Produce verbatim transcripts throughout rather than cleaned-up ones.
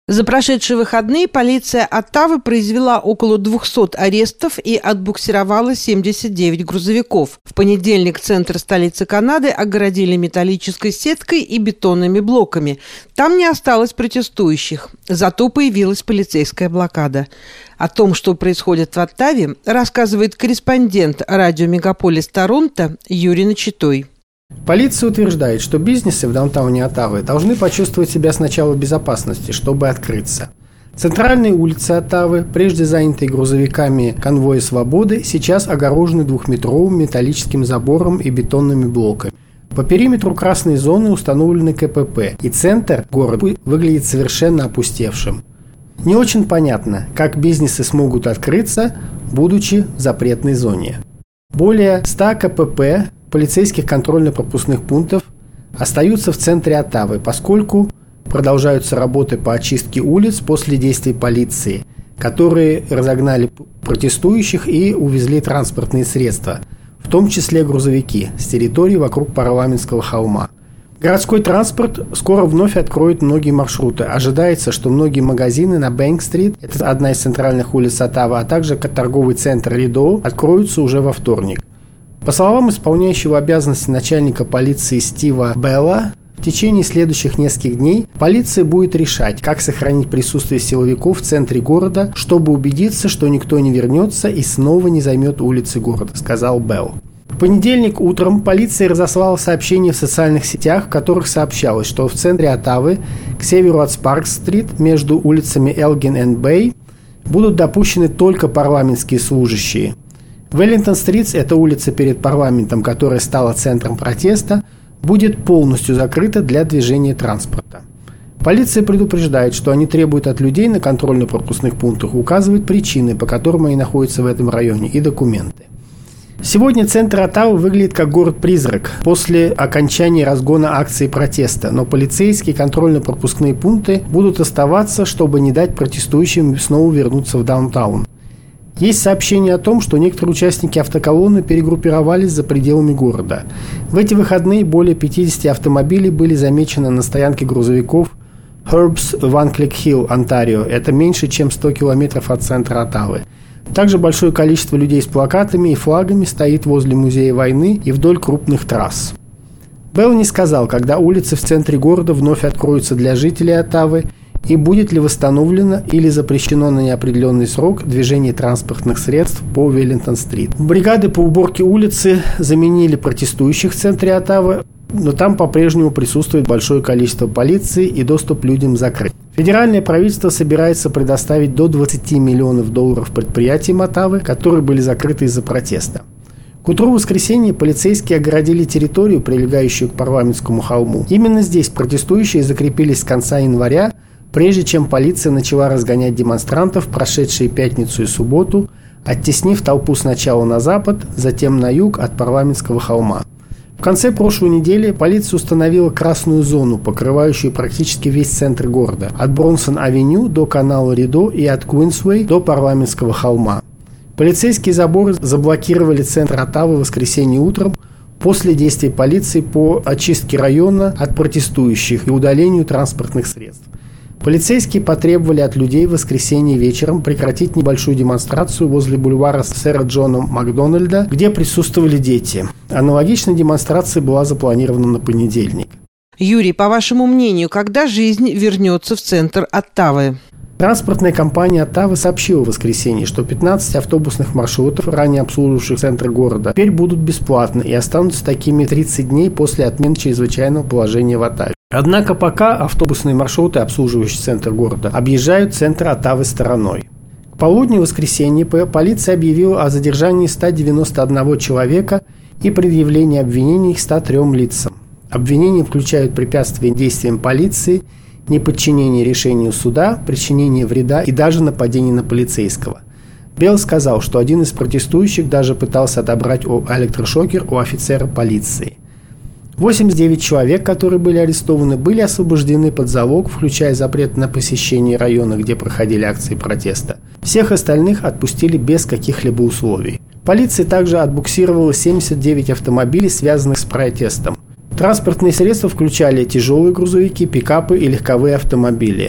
За прошедшие выходные полиция Оттавы произвела около двухсот арестов и отбуксировала семьдесят девять грузовиков. В понедельник центр столицы Канады огородили металлической сеткой и бетонными блоками. Там не осталось протестующих, зато появилась полицейская блокада. О том, что происходит в Оттаве, рассказывает корреспондент радио «Мегаполис Торонто» Юрий Начитой. Полиция утверждает, что бизнесы в даунтауне Оттавы должны почувствовать себя сначала в безопасности, чтобы открыться. Центральные улицы Оттавы, прежде занятые грузовиками конвоя свободы, сейчас огорожены двухметровым металлическим забором и бетонными блоками. По периметру красной зоны установлены ка пэ пэ, и центр города выглядит совершенно опустевшим. Не очень понятно, как бизнесы смогут открыться, будучи в запретной зоне. Более ста ка пэ пэ, полицейских контрольно-пропускных пунктов, остаются в центре Оттавы, поскольку продолжаются работы по очистке улиц после действий полиции, которые разогнали протестующих и увезли транспортные средства, в том числе грузовики, с территории вокруг парламентского холма. Городской транспорт скоро вновь откроет многие маршруты. Ожидается, что многие магазины на Бэнк-стрит, это одна из центральных улиц Оттавы, а также торговый центр Ридоу, откроются уже во вторник. По словам исполняющего обязанности начальника полиции Стива Белла, в течение следующих нескольких дней полиция будет решать, как сохранить присутствие силовиков в центре города, чтобы убедиться, что никто не вернется и снова не займет улицы города, сказал Белл. В понедельник утром полиция разослала сообщения в социальных сетях, в которых сообщалось, что в центре Оттавы, к северу от Спаркс-стрит, между улицами Элгин и Бэй, будут допущены только парламентские служащие. Веллингтон-стрит, это улица перед парламентом, которая стала центром протеста, будет полностью закрыта для движения транспорта. Полиция предупреждает, что они требуют от людей на контрольно-пропускных пунктах указывать причины, по которым они находятся в этом районе, и документы. Сегодня центр Оттавы выглядит как город-призрак после окончания разгона акции протеста, но полицейские контрольно-пропускные пункты будут оставаться, чтобы не дать протестующим снова вернуться в даунтаун. Есть сообщение о том, что некоторые участники автоколонны перегруппировались за пределами города. В эти выходные более пятидесяти автомобилей были замечены на стоянке грузовиков Herbs в Ван-Клик-Хилл, Онтарио. Это меньше, чем сто километров от центра Оттавы. Также большое количество людей с плакатами и флагами стоит возле музея войны и вдоль крупных трасс. Белл не сказал, когда улицы в центре города вновь откроются для жителей Оттавы, и будет ли восстановлено или запрещено на неопределенный срок движение транспортных средств по Веллингтон-стрит. Бригады по уборке улицы заменили протестующих в центре Оттавы, но там по-прежнему присутствует большое количество полиции и доступ людям закрыт. Федеральное правительство собирается предоставить до двадцати миллионов долларов предприятиям Оттавы, которые были закрыты из-за протеста. К утру воскресенья полицейские огородили территорию, прилегающую к парламентскому холму. Именно здесь протестующие закрепились с конца января, прежде чем полиция начала разгонять демонстрантов, прошедшие пятницу и субботу, оттеснив толпу сначала на запад, затем на юг от парламентского холма. В конце прошлой недели полиция установила красную зону, покрывающую практически весь центр города, от Бронсон-авеню до канала Ридо и от Куинсуэй до парламентского холма. Полицейские заборы заблокировали центр Оттавы в воскресенье утром после действий полиции по очистке района от протестующих и удалению транспортных средств. Полицейские потребовали от людей в воскресенье вечером прекратить небольшую демонстрацию возле бульвара сэра Джона Макдональда, где присутствовали дети. Аналогичная демонстрация была запланирована на понедельник. Юрий, по вашему мнению, когда жизнь вернется в центр Оттавы? Транспортная компания Оттавы сообщила в воскресенье, что пятнадцать автобусных маршрутов, ранее обслуживавших центр города, теперь будут бесплатны и останутся такими тридцать дней после отмены чрезвычайного положения в Оттаве. Однако пока автобусные маршруты, обслуживающие центр города, объезжают центр Оттавы стороной. К полудню в воскресенье полиция объявила о задержании ста девяноста одного человека и предъявлении обвинений ста трём лицам. Обвинения включают препятствие действиям полиции, неподчинение решению суда, причинение вреда и даже нападение на полицейского. Белл сказал, что один из протестующих даже пытался отобрать электрошокер у офицера полиции. восемьдесят девять человек, которые были арестованы, были освобождены под залог, включая запрет на посещение района, где проходили акции протеста. Всех остальных отпустили без каких-либо условий. Полиция также отбуксировала семьдесят девять автомобилей, связанных с протестом. Транспортные средства включали тяжелые грузовики, пикапы и легковые автомобили.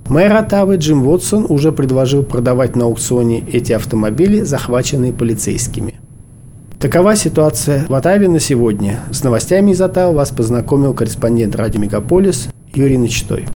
Мэр Оттавы Джим Вотсон уже предложил продавать на аукционе эти автомобили, захваченные полицейскими. Такова ситуация в Оттаве на сегодня. С новостями из Оттавы вас познакомил корреспондент радио «Мегаполис» Юрий Начитой.